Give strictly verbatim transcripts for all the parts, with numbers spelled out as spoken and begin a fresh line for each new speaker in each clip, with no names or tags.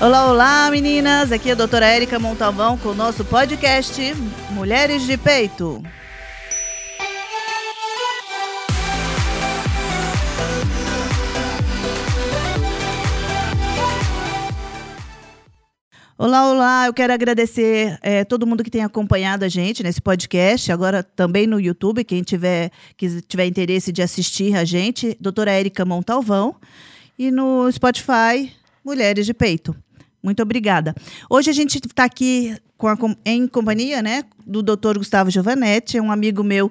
Olá, olá, meninas! Aqui é a doutora Érica Montalvão com o nosso podcast Mulheres de Peito. Olá, olá! Eu quero agradecer é, todo mundo que tem acompanhado a gente nesse podcast, agora também no YouTube, quem tiver, que tiver interesse de assistir a gente, doutora Érica Montalvão, e no Spotify, Mulheres de Peito. Muito obrigada. Hoje a gente está aqui com a, em companhia, né, do doutor Gustavo Giovanetti, é um amigo meu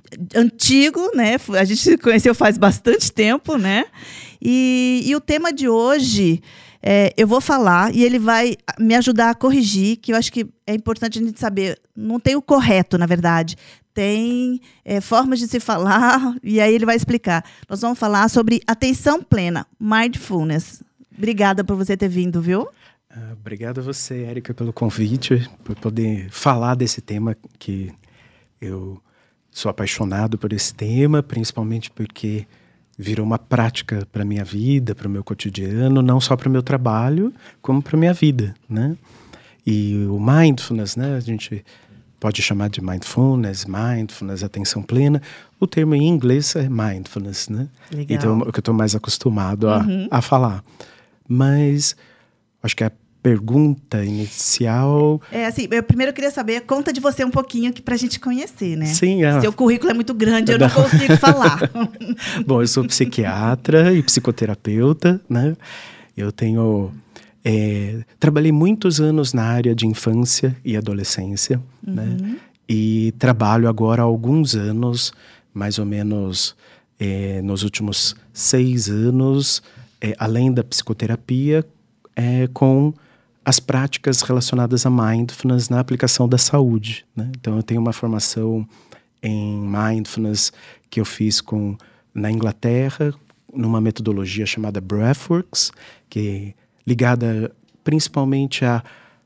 antigo, né? A gente se conheceu faz bastante tempo, né? E, e o tema de hoje, é, eu vou falar e ele vai me ajudar a corrigir, que eu acho que é importante a gente saber. Não tem o correto, na verdade. Tem é, formas de se falar e aí ele vai explicar. Nós vamos falar sobre atenção plena, mindfulness. Obrigada por você ter vindo, viu?
Uh, obrigado a você, Érica, pelo convite, por poder falar desse tema que eu sou apaixonado por esse tema, principalmente porque virou uma prática para a minha vida, para o meu cotidiano, não só para o meu trabalho, como para a minha vida, né? E o mindfulness, né? A gente pode chamar de mindfulness, mindfulness, atenção plena. O termo em inglês é mindfulness, né?
Legal.
Então, é o que eu estou mais acostumado a,
uhum.
a falar. Mas acho que a pergunta inicial...
É assim, eu primeiro queria saber, conta de você um pouquinho aqui pra gente conhecer, né?
Sim, é.
Seu currículo é muito grande, eu não, não consigo falar.
Bom, eu sou psiquiatra e psicoterapeuta, né? Eu tenho... É, trabalhei muitos anos na área de infância e adolescência, uhum. né? E trabalho agora há alguns anos, mais ou menos é, nos últimos seis anos... É, além da psicoterapia, é, com as práticas relacionadas a mindfulness na aplicação da saúde, né? Então, eu tenho uma formação em mindfulness que eu fiz com, na Inglaterra, numa metodologia chamada Breathworks, que é ligada principalmente à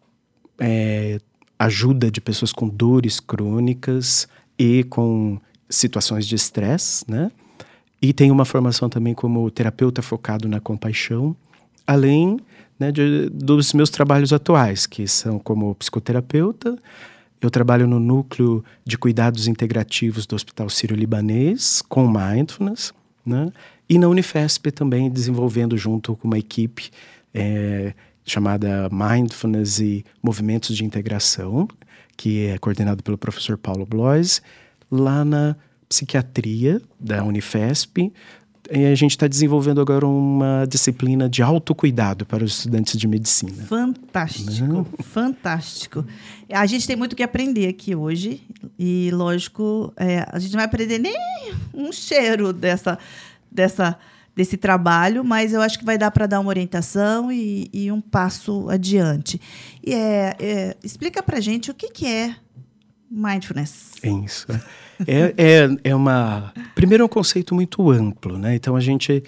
é, ajuda de pessoas com dores crônicas e com situações de estresse, né? E tenho uma formação também como terapeuta focado na compaixão, além, né, de, dos meus trabalhos atuais, que são como psicoterapeuta. Eu trabalho no núcleo de cuidados integrativos do Hospital Sírio-Libanês, com mindfulness, né? E na Unifesp também desenvolvendo junto com uma equipe é, chamada Mindfulness e Movimentos de Integração, que é coordenado pelo professor Paulo Bloise, lá na psiquiatria da Unifesp. E a gente está desenvolvendo agora uma disciplina de autocuidado para os estudantes de medicina.
Fantástico,
Não?
fantástico. A gente tem muito o que aprender aqui hoje e, lógico, é, a gente não vai aprender nem um cheiro dessa, dessa, desse trabalho, mas eu acho que vai dar para dar uma orientação e, e um passo adiante. E é, é, explica para a gente o que, que é mindfulness.
Isso. É, é, é uma... Primeiro, é um conceito muito amplo, né? Então, a gente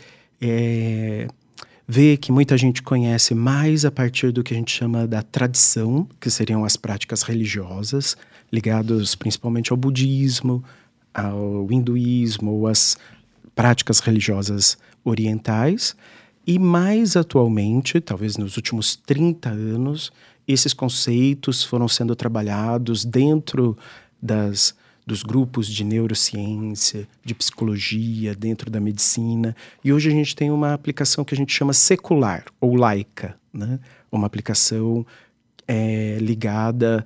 é, vê que muita gente conhece mais a partir do que a gente chama da tradição, que seriam as práticas religiosas, ligadas principalmente ao budismo, ao hinduísmo, ou às práticas religiosas orientais. E mais atualmente, talvez nos últimos trinta anos, esses conceitos foram sendo trabalhados dentro das... dos grupos de neurociência, de psicologia, dentro da medicina. E hoje a gente tem uma aplicação que a gente chama secular, ou laica, né? Uma aplicação é, ligada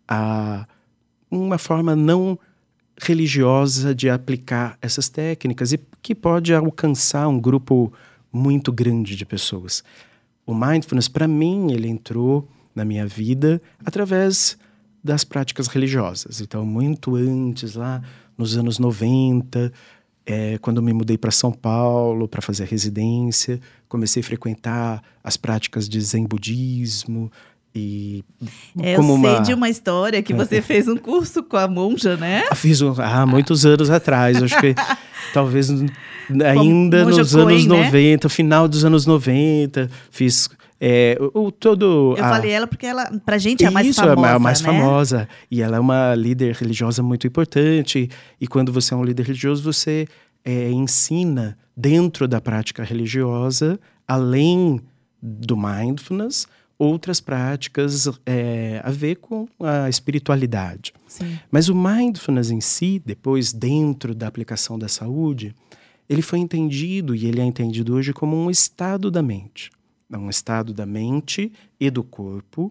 a uma forma não religiosa de aplicar essas técnicas e que pode alcançar um grupo muito grande de pessoas. O mindfulness, para mim, ele entrou na minha vida através das práticas religiosas. Então, muito antes, lá nos anos noventa, é, quando eu me mudei para São Paulo para fazer a residência, comecei a frequentar as práticas de Zen budismo. E
é,
como
eu sei
uma...
de uma história que você fez um curso com a monja, né?
Fiz um, há muitos anos atrás, acho que talvez ainda
monja
nos
Coen,
anos
né?
noventa, final dos anos noventa, fiz... É, o, o, todo,
eu
a...
falei ela porque ela, pra gente, é a mais
Isso,
famosa,
é a mais
né?
famosa. E ela é uma líder religiosa muito importante. E quando você é um líder religioso, você é, ensina dentro da prática religiosa, além do mindfulness, outras práticas é, a ver com a espiritualidade.
Sim.
Mas o mindfulness em si, depois dentro da aplicação da saúde, ele foi entendido, e ele é entendido hoje como um estado da mente. Um estado da mente e do corpo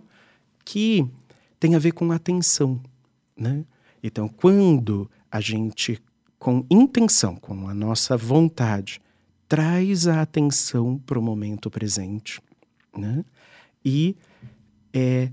que tem a ver com atenção, né? Então, quando a gente, com intenção, com a nossa vontade, traz a atenção para o momento presente, né? E é,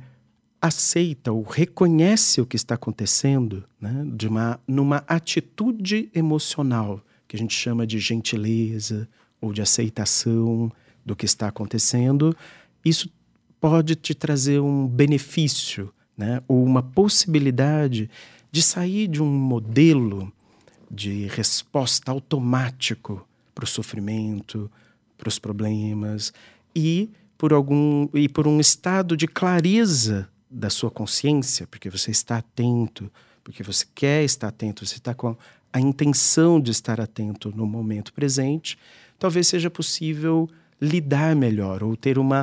aceita ou reconhece o que está acontecendo, né? De uma, numa atitude emocional, que a gente chama de gentileza ou de aceitação do que está acontecendo, isso pode te trazer um benefício, né? Ou uma possibilidade de sair de um modelo de resposta automático para o sofrimento, para os problemas, e por, algum, e por um estado de clareza da sua consciência, porque você está atento, porque você quer estar atento, você está com a intenção de estar atento no momento presente, talvez seja possível lidar melhor ou ter uma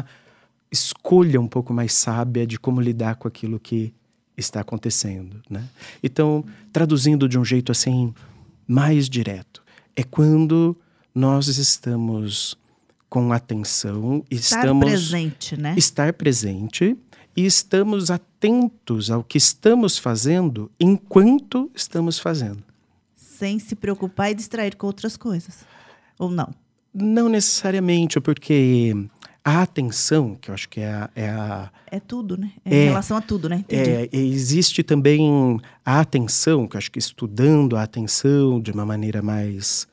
escolha um pouco mais sábia de como lidar com aquilo que está acontecendo, né? Então, traduzindo de um jeito assim mais direto, é quando nós estamos com atenção,
estar
estamos
presente, né?
Estar presente e estamos atentos ao que estamos fazendo enquanto estamos fazendo.
Sem se preocupar e distrair com outras coisas. Ou não?
Não necessariamente, porque a atenção, que eu acho que é a... É, a,
é tudo, né? É,
é
em relação a tudo, né? Entendi.
É, existe também a atenção, que eu acho que estudando a atenção de uma maneira mais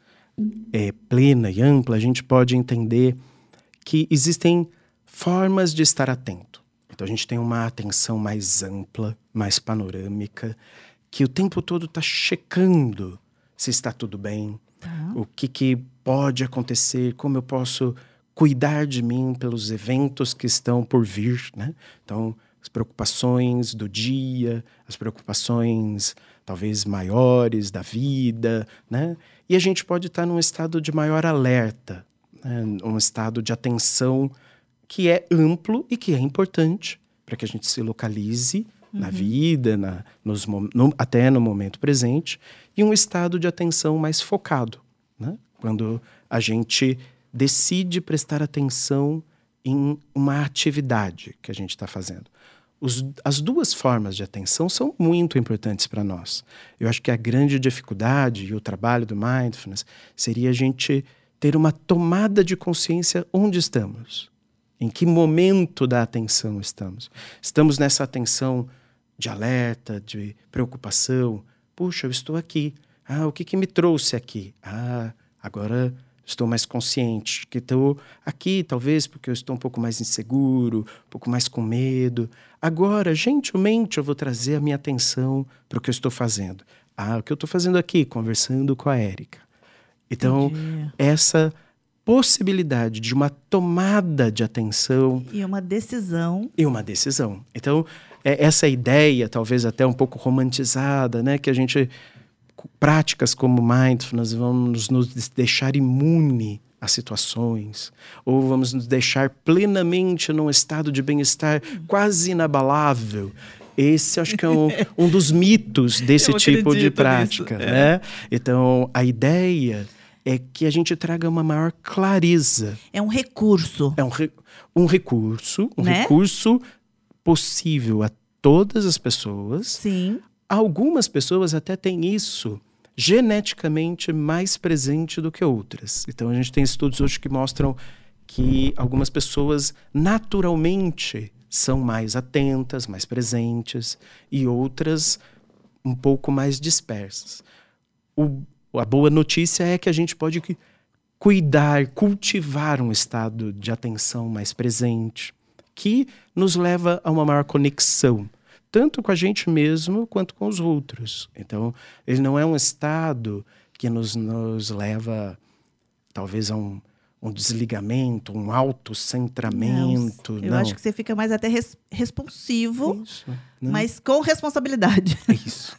é, plena e ampla, a gente pode entender que existem formas de estar atento. Então a gente tem uma atenção mais ampla, mais panorâmica, que o tempo todo está checando se está tudo bem,
tá.
O que, que pode acontecer, como eu posso cuidar de mim pelos eventos que estão por vir, né? Então, as preocupações do dia, as preocupações talvez maiores da vida, né? E a gente pode estar num estado de maior alerta, né? Um estado de atenção que é amplo e que é importante para que a gente se localize uhum. na vida, na, nos, no, até no momento presente, e um estado de atenção mais focado, né? Quando a gente decide prestar atenção em uma atividade que a gente está fazendo. Os, as duas formas de atenção são muito importantes para nós. Eu acho que a grande dificuldade e o trabalho do mindfulness seria a gente ter uma tomada de consciência onde estamos. Em que momento da atenção estamos? Estamos nessa atenção de alerta, de preocupação. Puxa, eu estou aqui. Ah, o que, que me trouxe aqui? Ah, agora estou mais consciente. Que estou aqui, talvez, porque eu estou um pouco mais inseguro, um pouco mais com medo. Agora, gentilmente, eu vou trazer a minha atenção para o que eu estou fazendo. Ah, o que eu estou fazendo aqui? Conversando com a Érica. Então, Entendi. essa possibilidade de uma tomada de atenção...
E uma decisão.
E uma decisão. Então, é essa ideia, talvez até um pouco romantizada, né? Que a gente... Práticas como mindfulness vamos nos deixar imune a situações, ou vamos nos deixar plenamente num estado de bem-estar quase inabalável. Esse acho que é um, um dos mitos desse Eu tipo de prática, nisso, né? É. Então, a ideia é que a gente traga uma maior clareza.
É um recurso.
É um, re, um recurso, um
né?
recurso possível a todas as pessoas.
Sim.
Algumas pessoas até têm isso geneticamente mais presente do que outras. Então, a gente tem estudos hoje que mostram que algumas pessoas naturalmente são mais atentas, mais presentes, e outras um pouco mais dispersas. O, a boa notícia é que a gente pode cuidar, cultivar um estado de atenção mais presente, que nos leva a uma maior conexão, tanto com a gente mesmo quanto com os outros. Então, ele não é um estado que nos, nos leva, talvez, a um, um desligamento, um autocentramento.
Não, eu
não.
acho que você fica mais até res, responsivo, Isso, mas com responsabilidade.
Isso.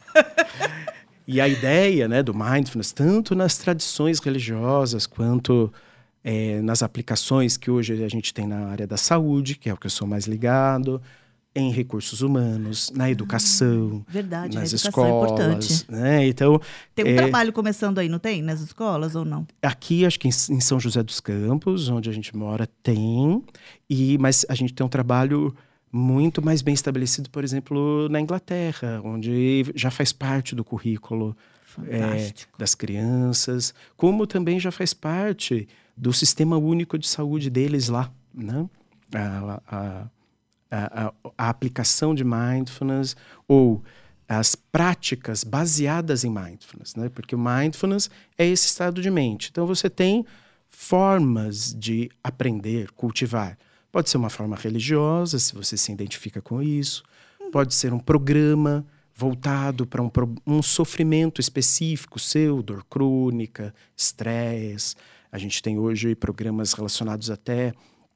E a ideia, né, do mindfulness, tanto nas tradições religiosas quanto é, nas aplicações que hoje a gente tem na área da saúde, que é o que eu sou mais ligado, em recursos humanos, na educação,
ah, verdade,
nas
a educação
escolas.
É importante.
Né? Então,
tem um
é,
trabalho começando aí, não tem? Nas escolas ou não?
Aqui, acho que em, em São José dos Campos, onde a gente mora, tem. E, mas a gente tem um trabalho muito mais bem estabelecido, por exemplo, na Inglaterra, onde já faz parte do currículo é, das crianças, como também já faz parte do Sistema Único de Saúde deles lá, né? A, a, a, a, a aplicação de mindfulness ou as práticas baseadas em mindfulness, né? Porque o mindfulness é esse estado de mente. Então você tem formas de aprender, cultivar. Pode ser uma forma religiosa, se você se identifica com isso. Pode ser um programa voltado para um, um sofrimento específico seu, dor crônica, estresse. A gente tem hoje programas relacionados até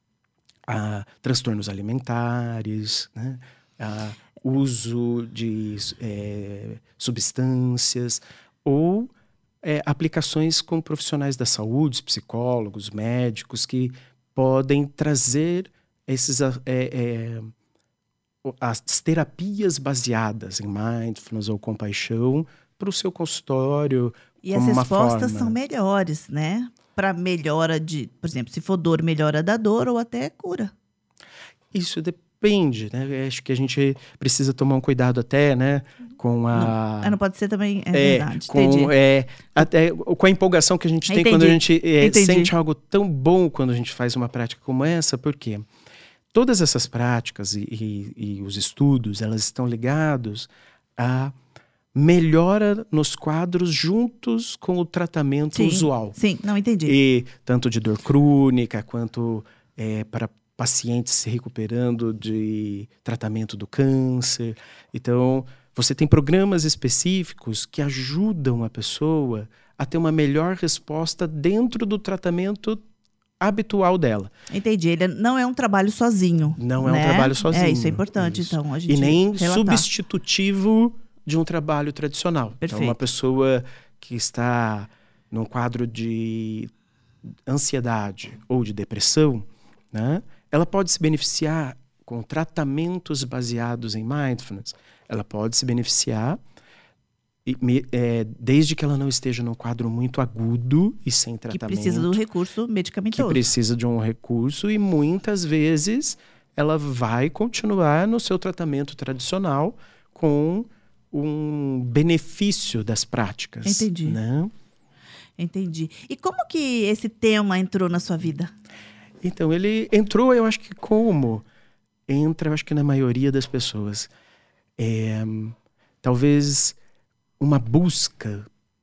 a transtornos alimentares, né? A uso de é, substâncias ou é, aplicações com profissionais da saúde, psicólogos, médicos, que podem trazer esses, é, é, as terapias baseadas em mindfulness ou compaixão para o seu consultório.
E as respostas são melhores, né? Para melhora de, por exemplo, se for dor, melhora da dor ou até cura.
Isso depende, né? Acho que a gente precisa tomar um cuidado até, né? Com a...
Não, não pode ser também, é, é verdade.
Com, é, até, com a empolgação que a gente tem Entendi. Quando a gente é, sente algo tão bom quando a gente faz uma prática como essa, porque todas essas práticas e, e, e os estudos, elas estão ligados a melhora nos quadros juntos com o tratamento
sim,
usual.
Sim, não entendi.
E tanto de dor crônica quanto é, para pacientes se recuperando de tratamento do câncer. Então, você tem programas específicos que ajudam a pessoa a ter uma melhor resposta dentro do tratamento habitual dela.
Entendi. Ele não é um trabalho sozinho.
Não é
né?
um trabalho sozinho.
É, isso é importante, isso. Então. A gente
e nem
relatar.
substitutivo de um trabalho tradicional.
Perfeito.
Então, uma pessoa que está num quadro de ansiedade ou de depressão, né? Ela pode se beneficiar com tratamentos baseados em mindfulness. Ela pode se beneficiar e, é, desde que ela não esteja num quadro muito agudo e sem tratamento.
Que precisa do recurso medicamentoso.
Que precisa de um recurso e muitas vezes ela vai continuar no seu tratamento tradicional com um benefício das práticas.
Entendi.
Né?
Entendi. E como que esse tema entrou na sua vida?
Então, ele entrou, eu acho que como entra, eu acho que na maioria das pessoas. É, talvez uma busca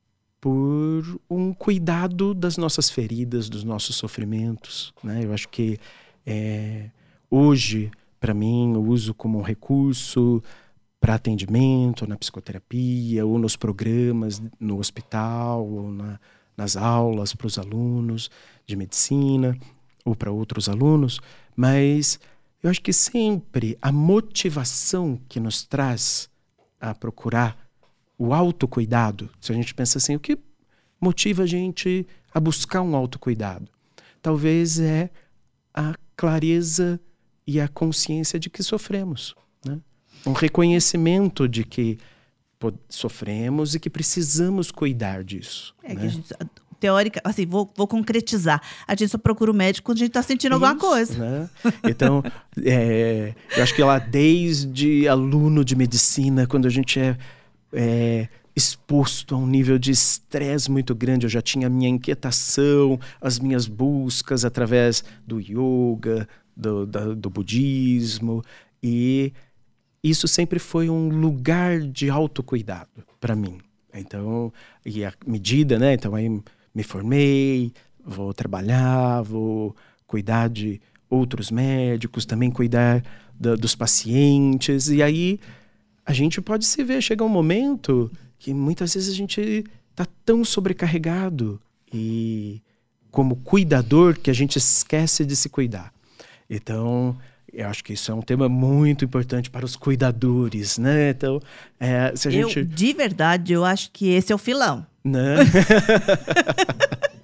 por um cuidado das nossas feridas, dos nossos sofrimentos. Né? Eu acho que é, hoje, para mim, eu uso como um recurso para atendimento, na psicoterapia, ou nos programas no hospital, ou na, nas aulas para os alunos de medicina, ou para outros alunos, mas eu acho que sempre a motivação que nos traz a procurar o autocuidado, se a gente pensa assim, o que motiva a gente a buscar um autocuidado? Talvez é a clareza e a consciência de que sofremos, né? Um reconhecimento de que pô, sofremos e que precisamos cuidar disso.
É
né?
que a gente... Teórica, assim, vou, vou concretizar. A gente só procura o médico quando a gente está sentindo
Isso,
alguma coisa.
Né? Então, é, eu acho que lá desde aluno de medicina, quando a gente é, é exposto a um nível de estresse muito grande, eu já tinha a minha inquietação, as minhas buscas através do yoga, do, do, do budismo, e isso sempre foi um lugar de autocuidado para mim. Então, e à medida, né? Então aí me formei, vou trabalhar, vou cuidar de outros médicos, também cuidar da, dos pacientes. E aí a gente pode se ver, chega um momento que muitas vezes a gente está tão sobrecarregado e como cuidador que a gente esquece de se cuidar. Então, eu acho que isso é um tema muito importante para os cuidadores, né? Então, é, se a gente...
Eu, de verdade, eu acho que esse é o filão.
Né?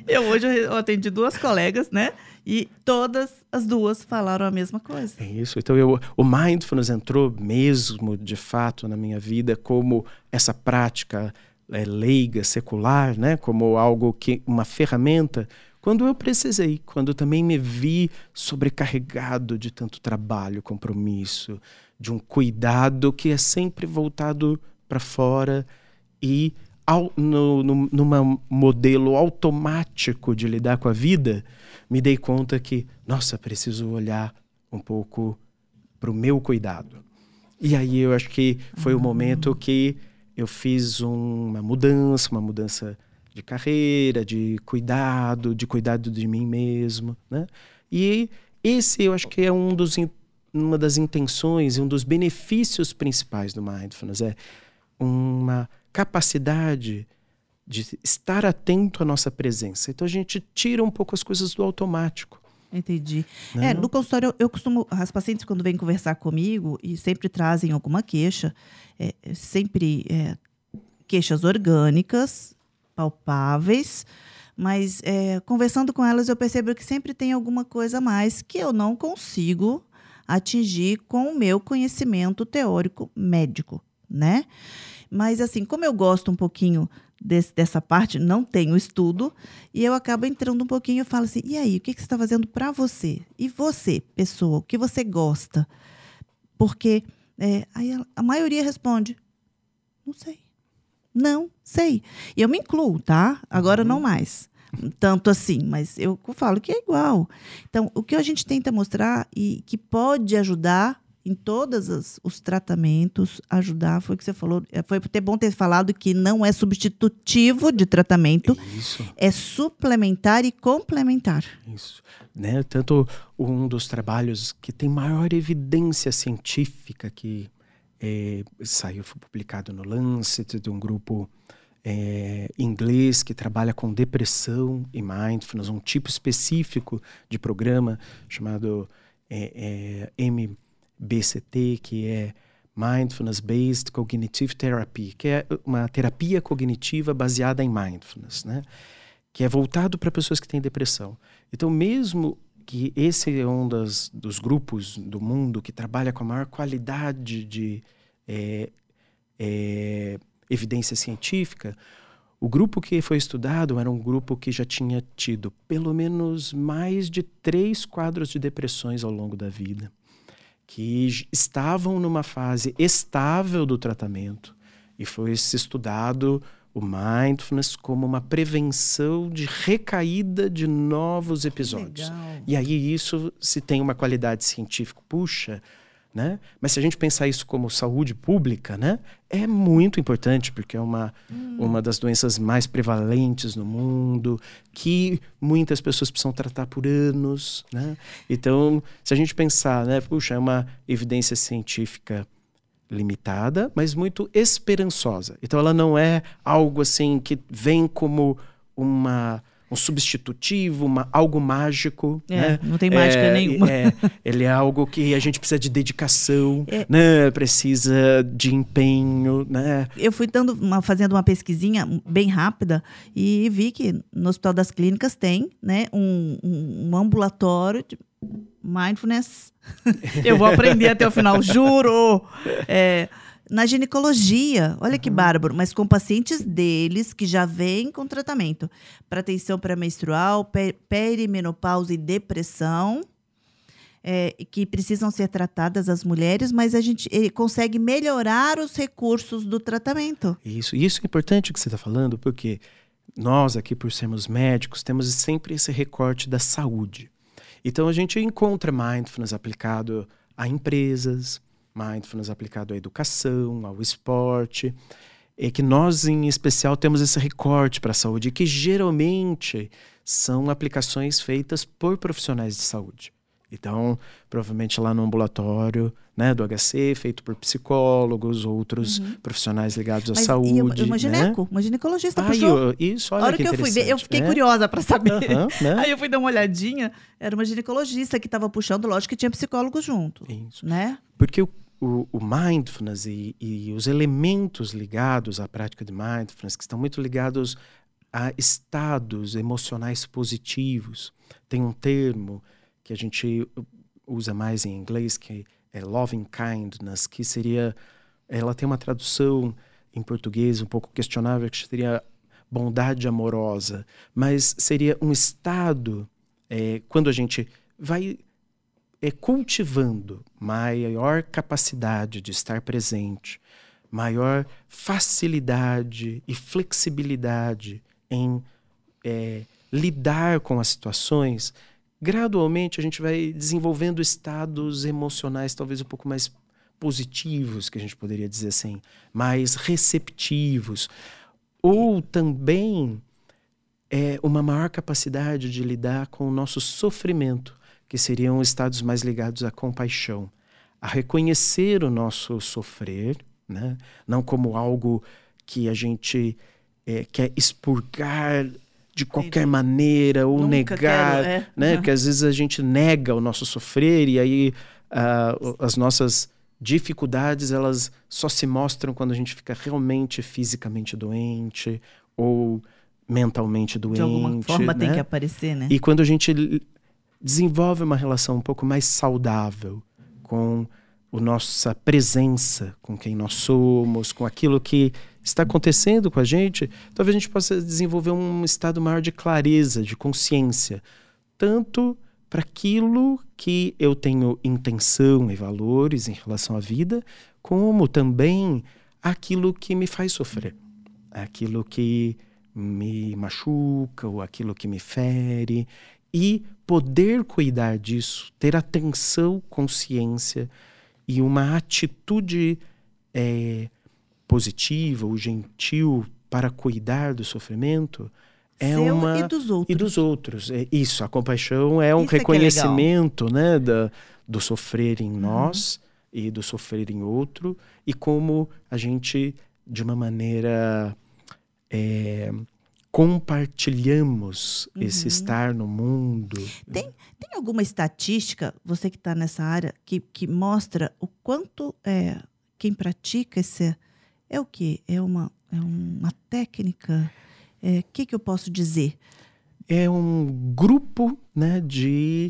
Eu hoje eu atendi duas colegas, né? E todas as duas falaram a mesma coisa.
É isso. Então, eu, o Mindfulness entrou mesmo, de fato, na minha vida como essa prática é, leiga, secular, né? Como algo que, uma ferramenta, quando eu precisei, quando eu também me vi sobrecarregado de tanto trabalho, compromisso, de um cuidado que é sempre voltado para fora e ao, no, no, numa modelo automático de lidar com a vida, me dei conta que, nossa, preciso olhar um pouco para o meu cuidado. E aí eu acho que foi uhum. o momento que eu fiz uma mudança, uma mudança de carreira, de cuidado, de cuidado de mim mesmo, né? E esse eu acho que é um dos, uma das intenções e um dos benefícios principais do Mindfulness, é uma capacidade de estar atento à nossa presença. Então a gente tira um pouco as coisas do automático.
Entendi. Né? É, no consultório eu, eu costumo, as pacientes quando vêm conversar comigo e sempre trazem alguma queixa, é, sempre é, queixas orgânicas, palpáveis, mas é, conversando com elas eu percebo que sempre tem alguma coisa a mais que eu não consigo atingir com o meu conhecimento teórico médico, né? Mas, assim, como eu gosto um pouquinho desse, dessa parte, não tenho estudo, e eu acabo entrando um pouquinho e falo assim, e aí, o que, que você está fazendo para você? E você, pessoa, o que você gosta? Porque é, aí a, a maioria responde, não sei. Não sei. E eu me incluo, tá? Agora uhum. não mais. Tanto assim, mas eu falo que é igual. Então, o que a gente tenta mostrar e que pode ajudar em todos os, os tratamentos, ajudar, foi o que você falou, foi até bom ter falado que não é substitutivo de tratamento,
Isso.
É suplementar e complementar.
Isso. Né? Tanto um dos trabalhos que tem maior evidência científica que é, saiu, foi publicado no Lancet, de um grupo é, inglês que trabalha com depressão e mindfulness, um tipo específico de programa chamado é, é, M B C T, que é Mindfulness Based Cognitive Therapy, que é uma terapia cognitiva baseada em mindfulness, né? Que é voltado para pessoas que têm depressão. Então, mesmo que esse é um das, dos grupos do mundo que trabalha com a maior qualidade de é, é, evidência científica, o grupo que foi estudado era um grupo que já tinha tido pelo menos mais de três quadros de depressões ao longo da vida, que estavam numa fase estável do tratamento, e foi estudado o mindfulness como uma prevenção de recaída de novos episódios.
Legal.
E aí isso, se tem uma qualidade científica, puxa, né? Mas se a gente pensar isso como saúde pública, né? É muito importante, porque é uma, hum. uma das doenças mais prevalentes no mundo, que muitas pessoas precisam tratar por anos, né? Então, se a gente pensar, né? Puxa, é uma evidência científica limitada, mas muito esperançosa. Então, ela não é algo assim que vem como uma... um substitutivo, uma, algo mágico.
É,
né?
Não tem mágica
é,
nenhuma.
É, ele é algo que a gente precisa de dedicação, é. né? Precisa de empenho. Né?
Eu fui dando uma, fazendo uma pesquisinha bem rápida e vi que no Hospital das Clínicas tem, né, um, um, um ambulatório de mindfulness. Eu vou aprender até o final, juro! É, na ginecologia, olha uhum. que bárbaro, mas com pacientes deles que já vêm com tratamento para tensão pré-menstrual, perimenopausa e depressão, é, que precisam ser tratadas as mulheres, mas a gente ele consegue melhorar os recursos do tratamento.
Isso, isso é importante o que você está falando, porque nós aqui, por sermos médicos, temos sempre esse recorte da saúde. Então, a gente encontra mindfulness aplicado a empresas, mindfulness aplicado à educação, ao esporte, e que nós, em especial, temos esse recorte para a saúde, que geralmente são aplicações feitas por profissionais de saúde. Então, provavelmente lá no ambulatório, né, do H C, feito por psicólogos, outros uhum. profissionais ligados à
Mas
saúde.
E uma gineco, né? uma ginecologista
ah,
puxou.
Eu, isso, olha
a hora
que,
que eu fui ver, eu fiquei
é?
curiosa para saber.
Uhum, né?
Aí eu fui dar uma olhadinha, era uma ginecologista que estava puxando, lógico que tinha psicólogo junto.
Isso.
Né?
Porque o, o, o mindfulness e, e os elementos ligados à prática de mindfulness, que estão muito ligados a estados emocionais positivos. Tem um termo que a gente usa mais em inglês, que é loving kindness, que seria... Ela tem uma tradução em português um pouco questionável, que seria bondade amorosa. Mas seria um estado, é, quando a gente vai é, cultivando maior capacidade de estar presente, maior facilidade e flexibilidade em é, lidar com as situações, gradualmente a gente vai desenvolvendo estados emocionais talvez um pouco mais positivos, que a gente poderia dizer assim, mais receptivos, ou também é, uma maior capacidade de lidar com o nosso sofrimento, que seriam estados mais ligados à compaixão, a reconhecer o nosso sofrer, né? Não como algo que a gente é, quer expurgar de qualquer maneira ou
Nunca
negar,
quero, é.
né?
Uhum.
Porque às vezes a gente nega o nosso sofrer e aí uh, as nossas dificuldades elas só se mostram quando a gente fica realmente fisicamente doente ou mentalmente doente.
De alguma forma,
né?
tem que aparecer, né?
E quando a gente desenvolve uma relação um pouco mais saudável com a nossa presença, com quem nós somos, com aquilo que está acontecendo com a gente, talvez a gente possa desenvolver um estado maior de clareza, de consciência, tanto para aquilo que eu tenho intenção e valores em relação à vida, como também aquilo que me faz sofrer, aquilo que me machuca ou aquilo que me fere, e poder cuidar disso, ter atenção, consciência e uma atitude é, positiva ou gentil para cuidar do sofrimento é
Seu
uma...
e dos outros.
E dos outros. É isso, a compaixão é um
Isso é que é
reconhecimento, né, da, do sofrer em
Uhum.
nós e do sofrer em outro, e como a gente, de uma maneira... É, compartilhamos
Uhum.
esse estar no mundo.
Tem, tem alguma estatística, você que está nessa área, que, que mostra o quanto é, quem pratica esse... É o quê? É uma, é uma técnica? O é, que, que eu posso dizer?
É um grupo, né, de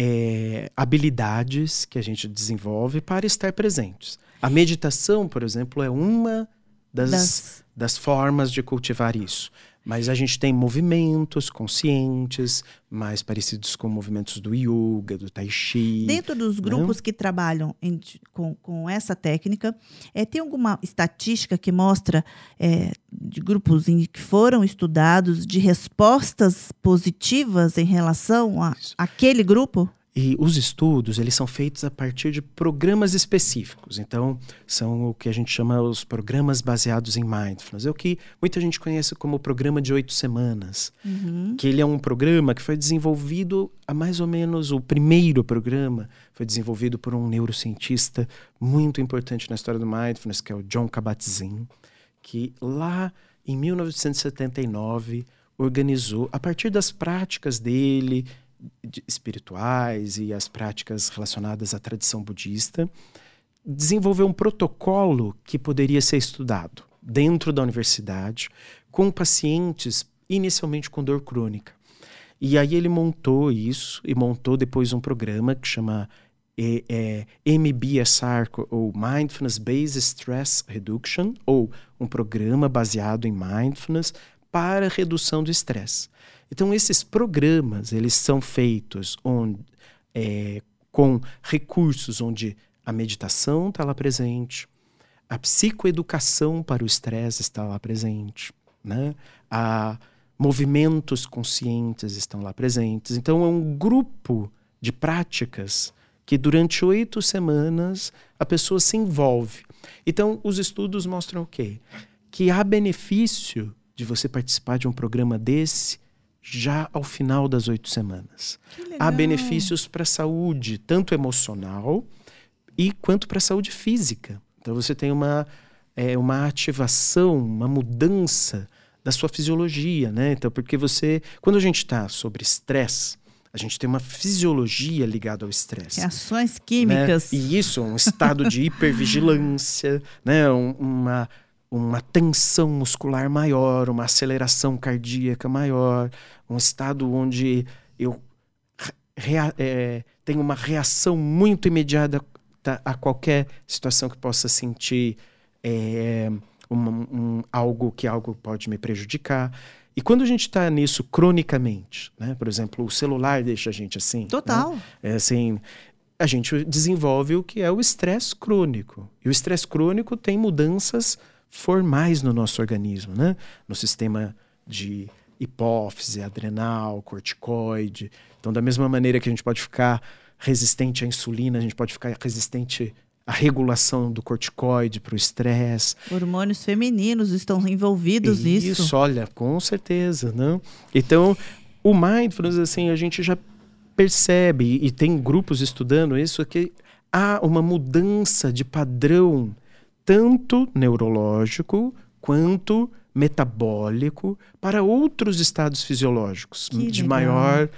é, habilidades que a gente desenvolve para estar presentes. A meditação, por exemplo, é uma das, das... das formas de cultivar isso. Mas a gente tem movimentos conscientes, mais parecidos com movimentos do yoga, do tai chi.
Dentro dos grupos
né?
que trabalham em, com, com essa técnica, é, tem alguma estatística que mostra é, de grupos em, que foram estudados de respostas positivas em relação a Isso. aquele grupo?
E os estudos, eles são feitos a partir de programas específicos. Então, são o que a gente chama os programas baseados em mindfulness. É o que muita gente conhece como o programa de oito semanas.
Uhum.
Que ele é um programa que foi desenvolvido há mais ou menos... O primeiro programa foi desenvolvido por um neurocientista muito importante na história do mindfulness, que é o Jon Kabat-Zinn, que lá em mil novecentos e setenta e nove organizou, a partir das práticas dele... espirituais e as práticas relacionadas à tradição budista, desenvolveu um protocolo que poderia ser estudado dentro da universidade com pacientes inicialmente com dor crônica. E aí ele montou isso e montou depois um programa que chama é, é, M B S R, ou Mindfulness Based Stress Reduction, ou um programa baseado em mindfulness para redução do estresse. Então, esses programas, eles são feitos onde, é, com recursos onde a meditação está lá presente, a psicoeducação para o estresse está lá presente, né? A movimentos conscientes estão lá presentes. Então, é um grupo de práticas que durante oito semanas a pessoa se envolve. Então, os estudos mostram o quê? Que há benefício de você participar de um programa desse já ao final das oito semanas. Há benefícios para a saúde, tanto emocional e quanto para a saúde física. Então você tem uma, é, uma ativação, uma mudança da sua fisiologia, né? Então, porque você, quando a gente está sobre estresse, a gente tem uma fisiologia ligada ao estresse.
Reações químicas.
Né? E isso, um estado de hipervigilância, né? Um, uma uma tensão muscular maior, uma aceleração cardíaca maior, um estado onde eu rea, é, tenho uma reação muito imediata a qualquer situação que possa sentir é, uma, um, algo que algo pode me prejudicar. E quando a gente está nisso cronicamente, né? Por exemplo, o celular deixa a gente assim.
Total.
Né? É assim, a gente desenvolve o que é o estresse crônico. E o estresse crônico tem mudanças formais no nosso organismo, né? No sistema de hipófise, adrenal, corticoide. Então, da mesma maneira que a gente pode ficar resistente à insulina, a gente pode ficar resistente à regulação do corticoide para o estresse.
Hormônios femininos estão envolvidos
Isso,
nisso.
Isso, olha, com certeza, né? Então, o mindfulness, assim, a gente já percebe, e tem grupos estudando isso, que há uma mudança de padrão tanto neurológico quanto metabólico para outros estados fisiológicos
Que
de
legal.
maior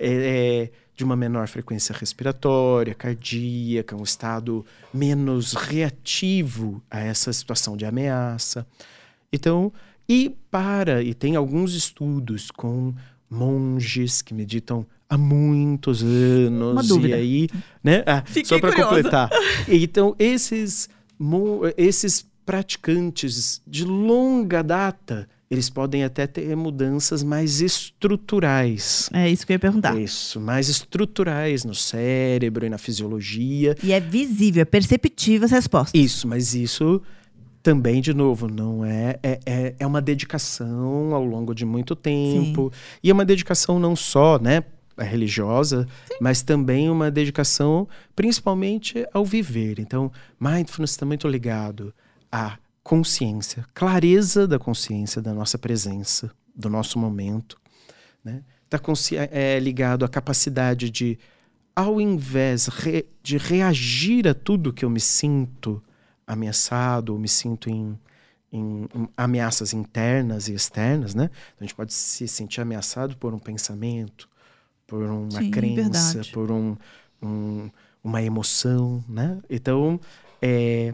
é, de uma menor frequência respiratória, cardíaca, um estado menos reativo a essa situação de ameaça. Então, e para e tem alguns estudos com monges que meditam há muitos anos.
Uma dúvida.
E aí, né? Ah, só para completar. Então, esses esses praticantes de longa data, eles podem até ter mudanças mais estruturais.
É isso que eu ia perguntar.
Isso, mais estruturais no cérebro e na fisiologia.
E é visível, é perceptível as respostas.
Isso, mas isso também, de novo, não é, é, é, é uma dedicação ao longo de muito tempo. Sim. E é uma dedicação não só, né, religiosa, sim, mas também uma dedicação principalmente ao viver. Então, mindfulness está muito ligado à consciência, clareza da consciência da nossa presença, do nosso momento, né? Está consci- é, ligado à capacidade de, ao invés re- de reagir a tudo que eu me sinto ameaçado, ou me sinto em, em, em ameaças internas e externas, né? Então, a gente pode se sentir ameaçado por um pensamento, por uma
Sim,
crença,
verdade.
por um, um, uma emoção, né? Então, é,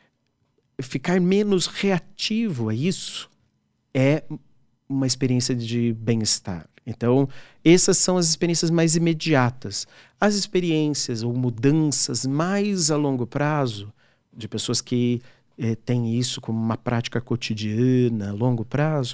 ficar menos reativo a isso é uma experiência de bem-estar. Então, essas são as experiências mais imediatas. As experiências ou mudanças mais a longo prazo, de pessoas que eh, têm isso como uma prática cotidiana, a longo prazo,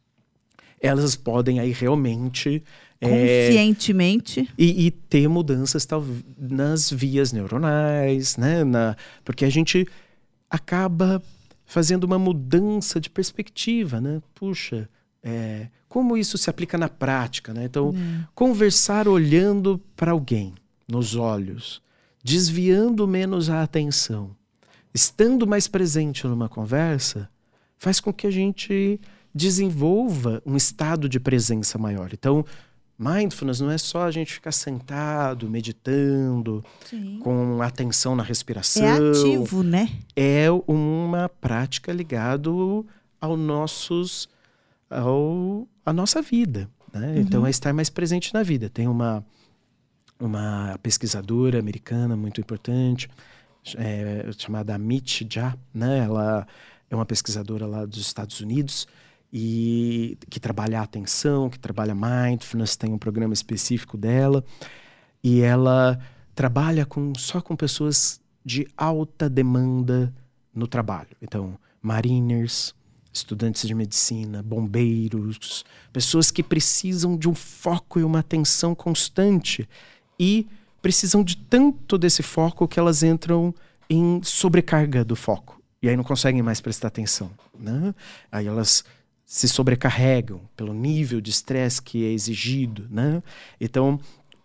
elas podem aí realmente...
Conscientemente.
É, e, e ter mudanças talvez nas vias neuronais, né? Na, porque a gente acaba fazendo uma mudança de perspectiva, né? Puxa, é, como isso se aplica na prática, né? Então, hum. conversar olhando para alguém nos olhos, desviando menos a atenção, estando mais presente numa conversa, faz com que a gente desenvolva um estado de presença maior. Então, mindfulness não é só a gente ficar sentado, meditando, sim, com atenção na respiração.
É ativo, né?
É uma prática ligada ao nossos, ao, à nossa vida, né? Uhum. Então, é estar mais presente na vida. Tem uma, uma pesquisadora americana muito importante, é, chamada Amit Jha, né? Ela é uma pesquisadora lá dos Estados Unidos, e que trabalha a atenção, que trabalha mindfulness, tem um programa específico dela, e ela trabalha com, só com pessoas de alta demanda no trabalho. Então, mariners, estudantes de medicina, bombeiros, pessoas que precisam de um foco e uma atenção constante e precisam de tanto desse foco que elas entram em sobrecarga do foco, e aí não conseguem mais prestar atenção, né? Aí elas se sobrecarregam pelo nível de estresse que é exigido, né? Então,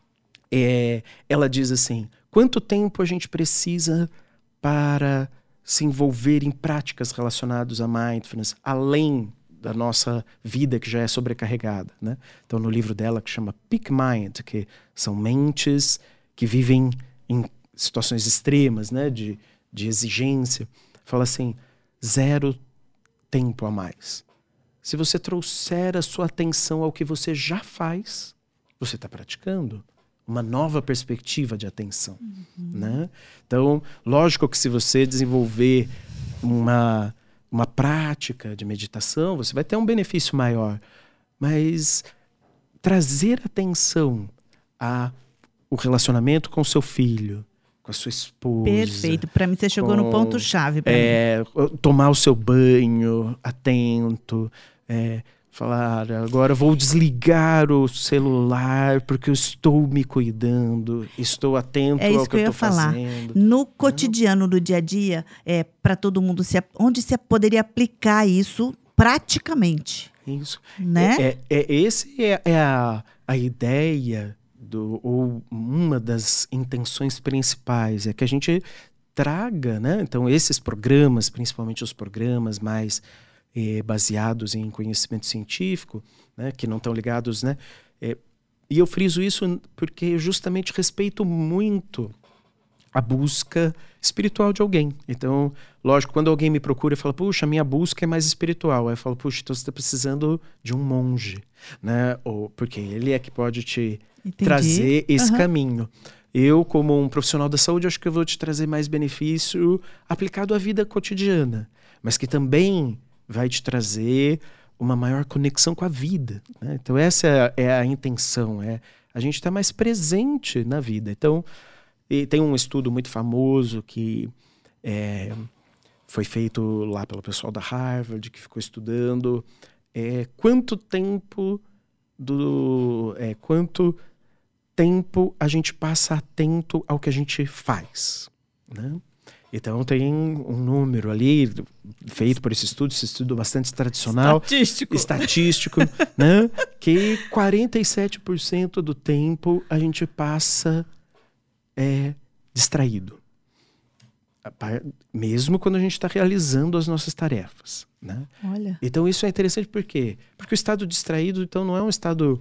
é, ela diz assim, quanto tempo a gente precisa para se envolver em práticas relacionadas a mindfulness, além da nossa vida que já é sobrecarregada, né? Então, no livro dela, que chama Peak Mind, que são mentes que vivem em situações extremas, né? de, de exigência, fala assim, zero tempo a mais. Se você trouxer a sua atenção ao que você já faz, você está praticando uma nova perspectiva de atenção, uhum, né? Então, lógico que se você desenvolver uma, uma prática de meditação, você vai ter um benefício maior. Mas trazer atenção ao relacionamento com o seu filho, com a sua esposa.
Perfeito. Para mim, você chegou
com,
no ponto-chave.
É, tomar o seu banho atento. É, falar, agora vou desligar o celular porque eu estou me cuidando. Estou atento
é isso
ao que,
que eu,
eu
ia
estou
falar.
fazendo.
No cotidiano, no dia a dia, é, para todo mundo, se, onde você poderia aplicar isso praticamente?
Isso.
Né?
É, é, é, esse é, é a, a ideia, do, ou uma das intenções principais, é que a gente traga, né? Então, esses programas, principalmente os programas mais eh, baseados em conhecimento científico, né? Que não estão ligados, né? É, e eu friso isso porque eu justamente respeito muito a busca espiritual de alguém. Então, lógico, quando alguém me procura e fala, puxa, a minha busca é mais espiritual. Aí eu falo, puxa, então você está precisando de um monge, né? Ou, porque ele é que pode te Entendi. trazer esse uhum. caminho. Eu, como um profissional da saúde, acho que eu vou te trazer mais benefício aplicado à vida cotidiana, mas que também vai te trazer uma maior conexão com a vida, né? Então, essa é a, é a intenção, é a gente estar mais presente na vida. Então, e tem um estudo muito famoso que é, foi feito lá pelo pessoal da Harvard, que ficou estudando é, quanto tempo do é, quanto tempo a gente passa atento ao que a gente faz, né? Então tem um número ali feito por esse estudo, esse estudo bastante tradicional,
estatístico,
estatístico né? Que quarenta e sete por cento do tempo a gente passa é distraído. Mesmo quando a gente está realizando as nossas tarefas, né?
Olha.
Então isso é interessante por quê? Porque o estado distraído, então, não é um estado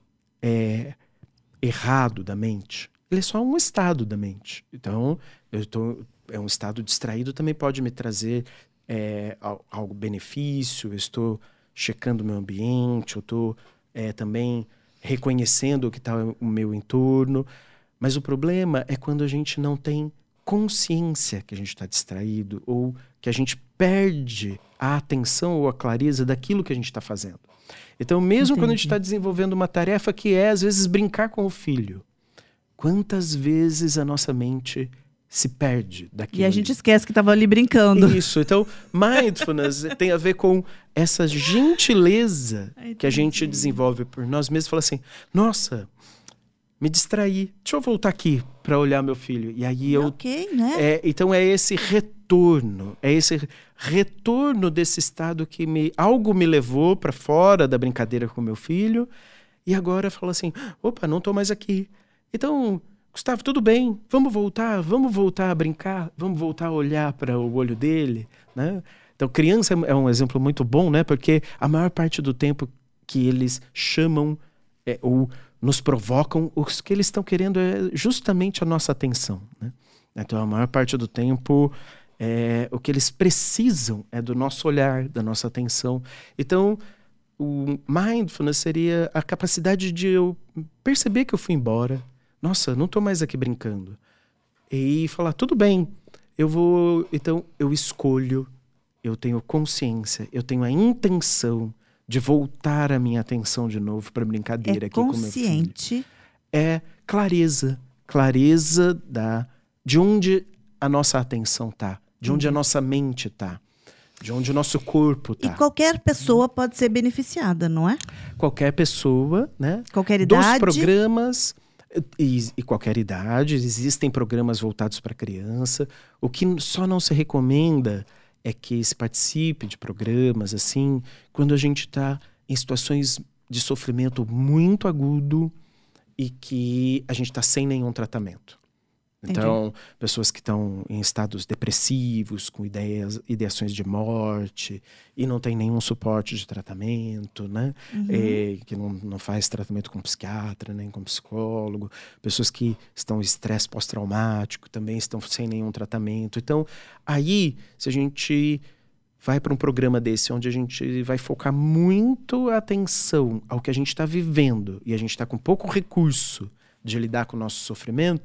é, errado da mente. Ele é só um estado da mente. Então, eu tô, é um estado distraído também pode me trazer é, algo benefício. Eu estou checando o meu ambiente, eu estou é, também reconhecendo o que está o meu entorno. Mas o problema é quando a gente não tem consciência que a gente está distraído ou que a gente perde a atenção ou a clareza daquilo que a gente está fazendo. Então, mesmo Entendi. Quando a gente está desenvolvendo uma tarefa que é, às vezes, brincar com o filho, quantas vezes a nossa mente se perde daquilo?
E a gente ali. Esquece que estava ali brincando.
Isso. Então, mindfulness tem a ver com essa gentileza que a gente desenvolve por nós mesmos. Fala assim, nossa, me distraí. Deixa eu voltar aqui para olhar meu filho. E aí eu...
Ok, né?
É, então é esse retorno. É esse retorno desse estado que me... Algo me levou para fora da brincadeira com meu filho. E agora fala assim, opa, não estou mais aqui. Então, Gustavo, tudo bem. Vamos voltar. Vamos voltar a brincar. Vamos voltar a olhar para o olho dele, né? Então, criança é um exemplo muito bom, né? Porque a maior parte do tempo que eles chamam é, ou nos provocam, o que eles estão querendo é justamente a nossa atenção, né? Então, a maior parte do tempo, é, o que eles precisam é do nosso olhar, da nossa atenção. Então, o mindfulness seria a capacidade de eu perceber que eu fui embora. Nossa, não estou mais aqui brincando. E falar, tudo bem, eu vou... Então, eu escolho, eu tenho consciência, eu tenho a intenção de voltar a minha atenção de novo para a brincadeira
é
aqui com meu filho.
É consciente.
É clareza. Clareza da, de onde a nossa atenção está, de onde uhum. a nossa mente está, de onde o nosso corpo está.
E qualquer pessoa pode ser beneficiada, não é?
Qualquer pessoa, né?
Qualquer idade.
Dos programas... E, e qualquer idade, existem programas voltados para criança. O que só não se recomenda é que se participe de programas assim, quando a gente está em situações de sofrimento muito agudo e que a gente está sem nenhum tratamento. Então, Entendi. Pessoas que estão em estados depressivos, com ideias, ideações de morte, e não tem nenhum suporte de tratamento, né? Uhum. É, que não, não faz tratamento com psiquiatra, nem com psicólogo. Pessoas que estão em estresse pós-traumático, também estão sem nenhum tratamento. Então, aí, se a gente vai para um programa desse, onde a gente vai focar muito a atenção ao que a gente está vivendo, e a gente está com pouco recurso de lidar com o nosso sofrimento,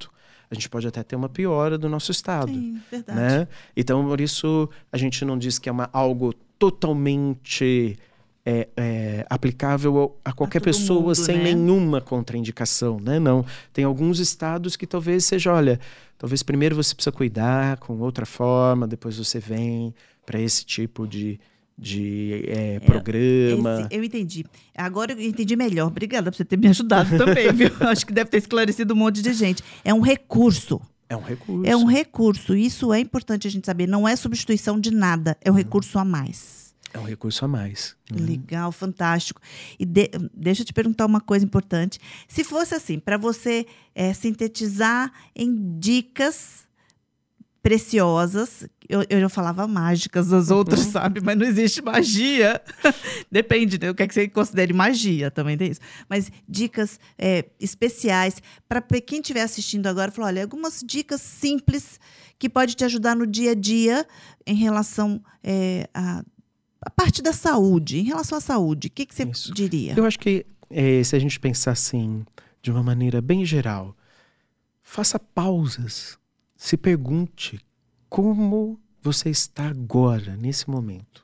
a gente pode até ter uma piora do nosso estado.
Sim, verdade.
Né? Então, por isso, a gente não diz que é uma, algo totalmente é, é, aplicável a qualquer
a
pessoa
mundo,
sem
né?
nenhuma contraindicação, né? Não. Tem alguns estados que talvez seja, olha, talvez primeiro você precisa cuidar com outra forma, depois você vem para esse tipo de, de é, programa.
Esse, eu entendi. Agora eu entendi melhor. Obrigada por você ter me ajudado também, viu? Acho que deve ter esclarecido um monte de gente. É um recurso.
É um recurso.
É um recurso. Isso é importante a gente saber. Não é substituição de nada. É um recurso a mais.
É um recurso a mais.
Legal, fantástico. E de, deixa eu te perguntar uma coisa importante. Se fosse assim, para você é, sintetizar em dicas preciosas, eu, eu já falava mágicas, as outras, uhum. sabe? Mas não existe magia. Depende, né? O que é que você considere magia, também tem isso. Mas dicas é, especiais, para quem estiver assistindo agora, falar, olha, algumas dicas simples que pode te ajudar no dia a dia em relação é, a a parte da saúde, em relação à saúde, o que, que você Isso. diria?
Eu acho que é, se a gente pensar assim, de uma maneira bem geral, faça pausas, se pergunte como você está agora, nesse momento.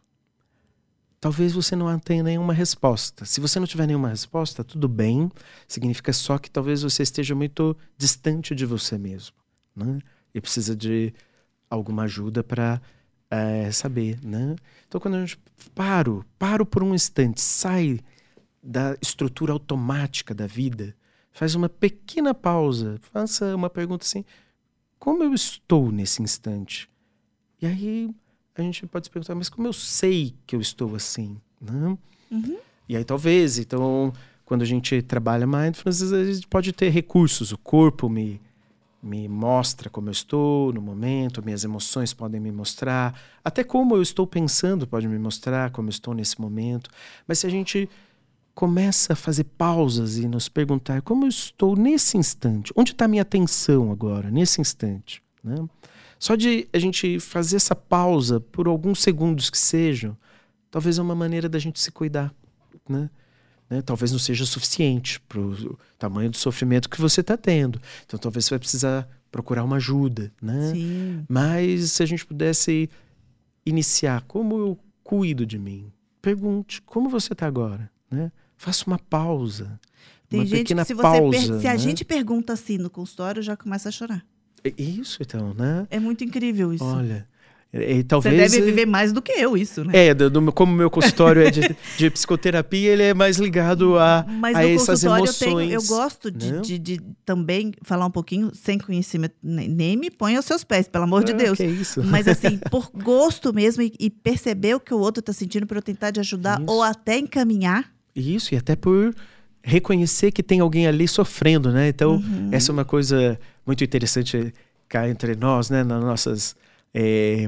Talvez você não tenha nenhuma resposta. Se você não tiver nenhuma resposta, tudo bem, significa só que talvez você esteja muito distante de você mesmo, né? E precisa de alguma ajuda para É, saber, né? Então, quando a gente paro, paro por um instante, sai da estrutura automática da vida, faz uma pequena pausa, faça uma pergunta assim, como eu estou nesse instante? E aí a gente pode se perguntar, mas como eu sei que eu estou assim? Né? Uhum. E aí talvez, então, quando a gente trabalha mindfulness, a gente pode ter recursos, o corpo me me mostra como eu estou no momento, minhas emoções podem me mostrar, até como eu estou pensando pode me mostrar como eu estou nesse momento. Mas se a gente começa a fazer pausas e nos perguntar como eu estou nesse instante, onde está a minha atenção agora, nesse instante, né? Só de a gente fazer essa pausa por alguns segundos que sejam, talvez é uma maneira da gente se cuidar, né? Né? Talvez não seja suficiente para o tamanho do sofrimento que você está tendo. Então talvez você vai precisar procurar uma ajuda, né?
Sim.
Mas se a gente pudesse iniciar, como eu cuido de mim? Pergunte, como você está agora? Né? Faça uma pausa.
Tem
uma
gente
pequena
que se, você
pausa,
per... se a
né?
gente pergunta assim no consultório, já começa a chorar.
É isso, então, né?
É muito incrível isso.
Olha... E, talvez,
você deve viver mais do que eu, isso, né?
É, do, do, como o meu consultório é de, de psicoterapia, ele é mais ligado a,
Mas
a
no
essas
consultório
emoções.
Eu, tenho, eu gosto de,
né?
de, de também falar um pouquinho, sem conhecimento, nem, nem me põe aos seus pés, pelo amor de
ah,
Deus.
Que isso?
Mas assim, por gosto mesmo e, e perceber o que o outro está sentindo para eu tentar de ajudar
isso.
ou até encaminhar.
Isso, e até por reconhecer que tem alguém ali sofrendo, né? Então, uhum. essa é uma coisa muito interessante cá entre nós, né? Nas nossas... É,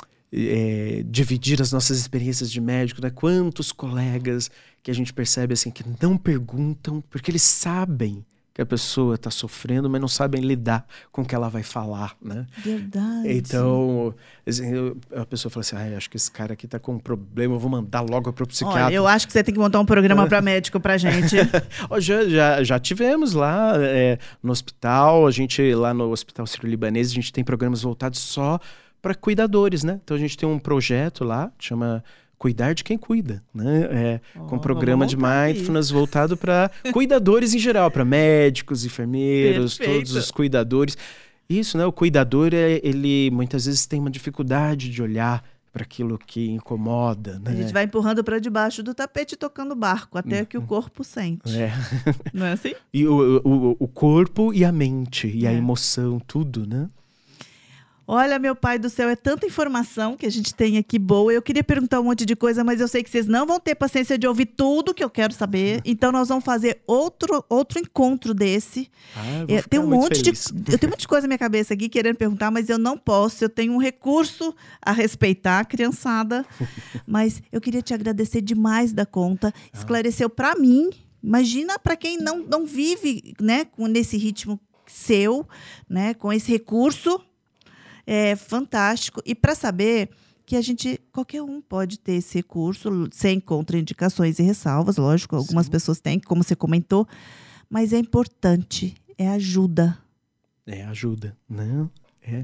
É, dividir as nossas experiências de médico, né? Quantos colegas que a gente percebe assim que não perguntam porque eles sabem que a pessoa está sofrendo, mas não sabem lidar com o que ela vai falar, né?
Verdade.
Então, assim, a pessoa fala assim, ah, acho que esse cara aqui está com um problema, eu vou mandar logo para o psiquiatra.
Olha, eu acho que você tem que montar um programa para médico para gente.
já, já, já tivemos lá é, no hospital, a gente lá no Hospital Sírio-Libanês, a gente tem programas voltados só para cuidadores, né? Então a gente tem um projeto lá, chama Cuidar de Quem Cuida, né? É, oh, com um programa de mindfulness aí. Voltado para cuidadores em geral, para médicos, enfermeiros, Perfeito. Todos os cuidadores. Isso, né? O cuidador, ele muitas vezes tem uma dificuldade de olhar para aquilo que incomoda, né?
A gente vai empurrando para debaixo do tapete e tocando barco, até uhum. que o corpo sente.
É.
Não é assim?
E o, o, o corpo e a mente, e é. a emoção, tudo, né?
Olha, meu pai do céu, é tanta informação que a gente tem aqui boa. Eu queria perguntar um monte de coisa, mas eu sei que vocês não vão ter paciência de ouvir tudo que eu quero saber. Então, nós vamos fazer outro, outro encontro desse.
Ah, eu, vou
é, tem um monte
feliz.
de, eu tenho um monte de coisa na minha cabeça aqui querendo perguntar, mas eu não posso. Eu tenho um recurso a respeitar, criançada. Mas eu queria te agradecer demais da conta. Esclareceu para mim. Imagina para quem não, não vive, né, com nesse ritmo seu, né, com esse recurso. É fantástico. E para saber que a gente, qualquer um pode ter esse recurso, sem contraindicações e ressalvas, lógico, algumas Sim. pessoas têm, como você comentou, mas é importante, é ajuda.
é ajuda, né? É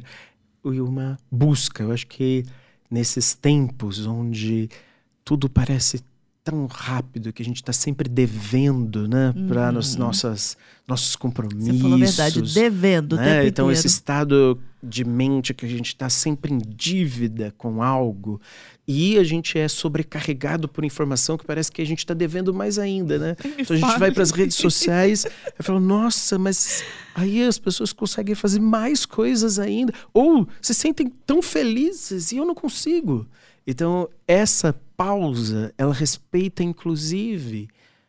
uma busca. Eu acho que nesses tempos onde tudo parece tão rápido, que a gente está sempre devendo, né, uhum. para os nossas, nossos compromissos.
Você falou a verdade, devendo,
né?
o tempo
Então,
inteiro.
esse estado de mente que a gente está sempre em dívida com algo e a gente é sobrecarregado por informação que parece que a gente está devendo mais ainda, né? Então, a gente vai para as redes sociais e fala, nossa, mas aí as pessoas conseguem fazer mais coisas ainda. Ou se sentem tão felizes e eu não consigo. Então, essa pausa, ela respeita, inclusive,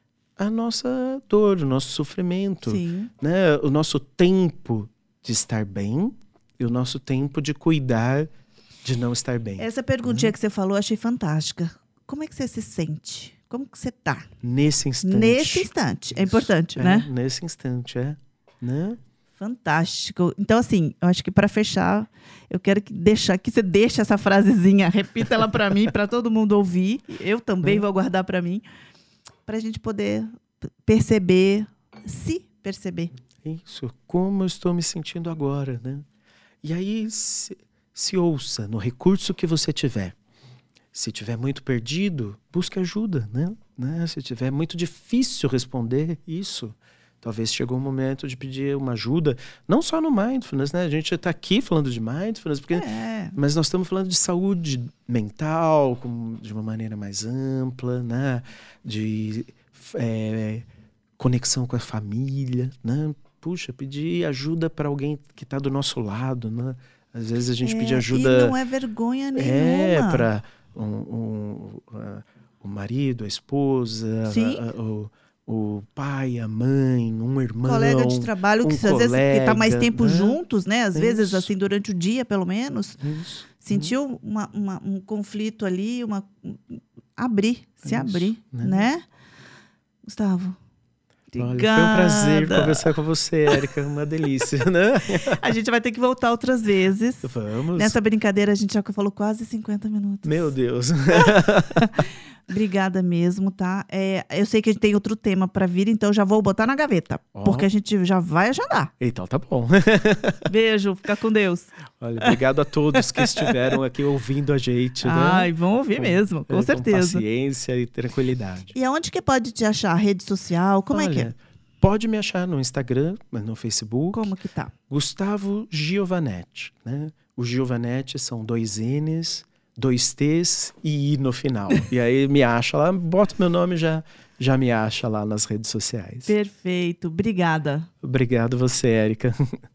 a nossa dor, o nosso sofrimento.
Sim.
Né? O nosso tempo de estar bem e o nosso tempo de cuidar de não estar bem.
Essa perguntinha
né?
que você falou, eu achei fantástica. Como é que você se sente? Como que você tá?
Nesse instante.
Nesse instante. É importante,
é,
né?
Nesse instante, é. Né?
Fantástico. Então, assim, eu acho que para fechar, eu quero que, deixar, que você deixe essa frasezinha, repita ela para mim, para todo mundo ouvir. Eu também é. vou guardar para mim, para a gente poder perceber, se perceber.
Isso, como eu estou me sentindo agora, né? E aí, se, se ouça no recurso que você tiver. Se tiver muito perdido, busque ajuda, né? né? Se tiver muito difícil responder isso, talvez chegou o momento de pedir uma ajuda, não só no Mindfulness, né? A gente está aqui falando de Mindfulness, porque,
é.
mas nós estamos falando de saúde mental com, de uma maneira mais ampla, né? De é, conexão com a família, né? Puxa, pedir ajuda para alguém que está do nosso lado, né? Às vezes a gente
é,
pede ajuda...
E não é vergonha nenhuma.
É, para um, um, uh, o marido, a esposa,
Sim.
A, a, o... o pai, a mãe, um irmão,
colega de trabalho,
um
que
colega,
às vezes está mais tempo
né?
juntos, né? Às
Isso.
vezes, assim, durante o dia, pelo menos.
Isso.
Sentiu uma, uma, um conflito ali, uma abrir, se
Isso,
abrir,
né?
né? Gustavo,
olha,
obrigada.
foi um prazer conversar com você, Érica, uma delícia, né?
A gente vai ter que voltar outras vezes.
Vamos.
Nessa brincadeira, a gente já falou quase cinquenta minutos.
Meu Deus.
Obrigada mesmo, tá? É, eu sei que a gente tem outro tema para vir, então já vou botar na gaveta. Oh. Porque a gente já vai agendar.
Então tá bom.
Beijo, fica com Deus.
Olha, obrigado a todos que estiveram aqui ouvindo a gente.
Ai,
né?
vão ouvir com, mesmo, com
é,
certeza.
Com paciência e tranquilidade.
E aonde que pode te achar? Rede social? Como
Olha,
é que é?
Pode me achar no Instagram, no Facebook.
Como que tá?
Gustavo Giovanetti, né? O Giovanetti são dois N's, dois T's e I no final. E aí me acha lá, bota meu nome e já, já me acha lá nas redes sociais.
Perfeito. Obrigada.
Obrigado você, Érica.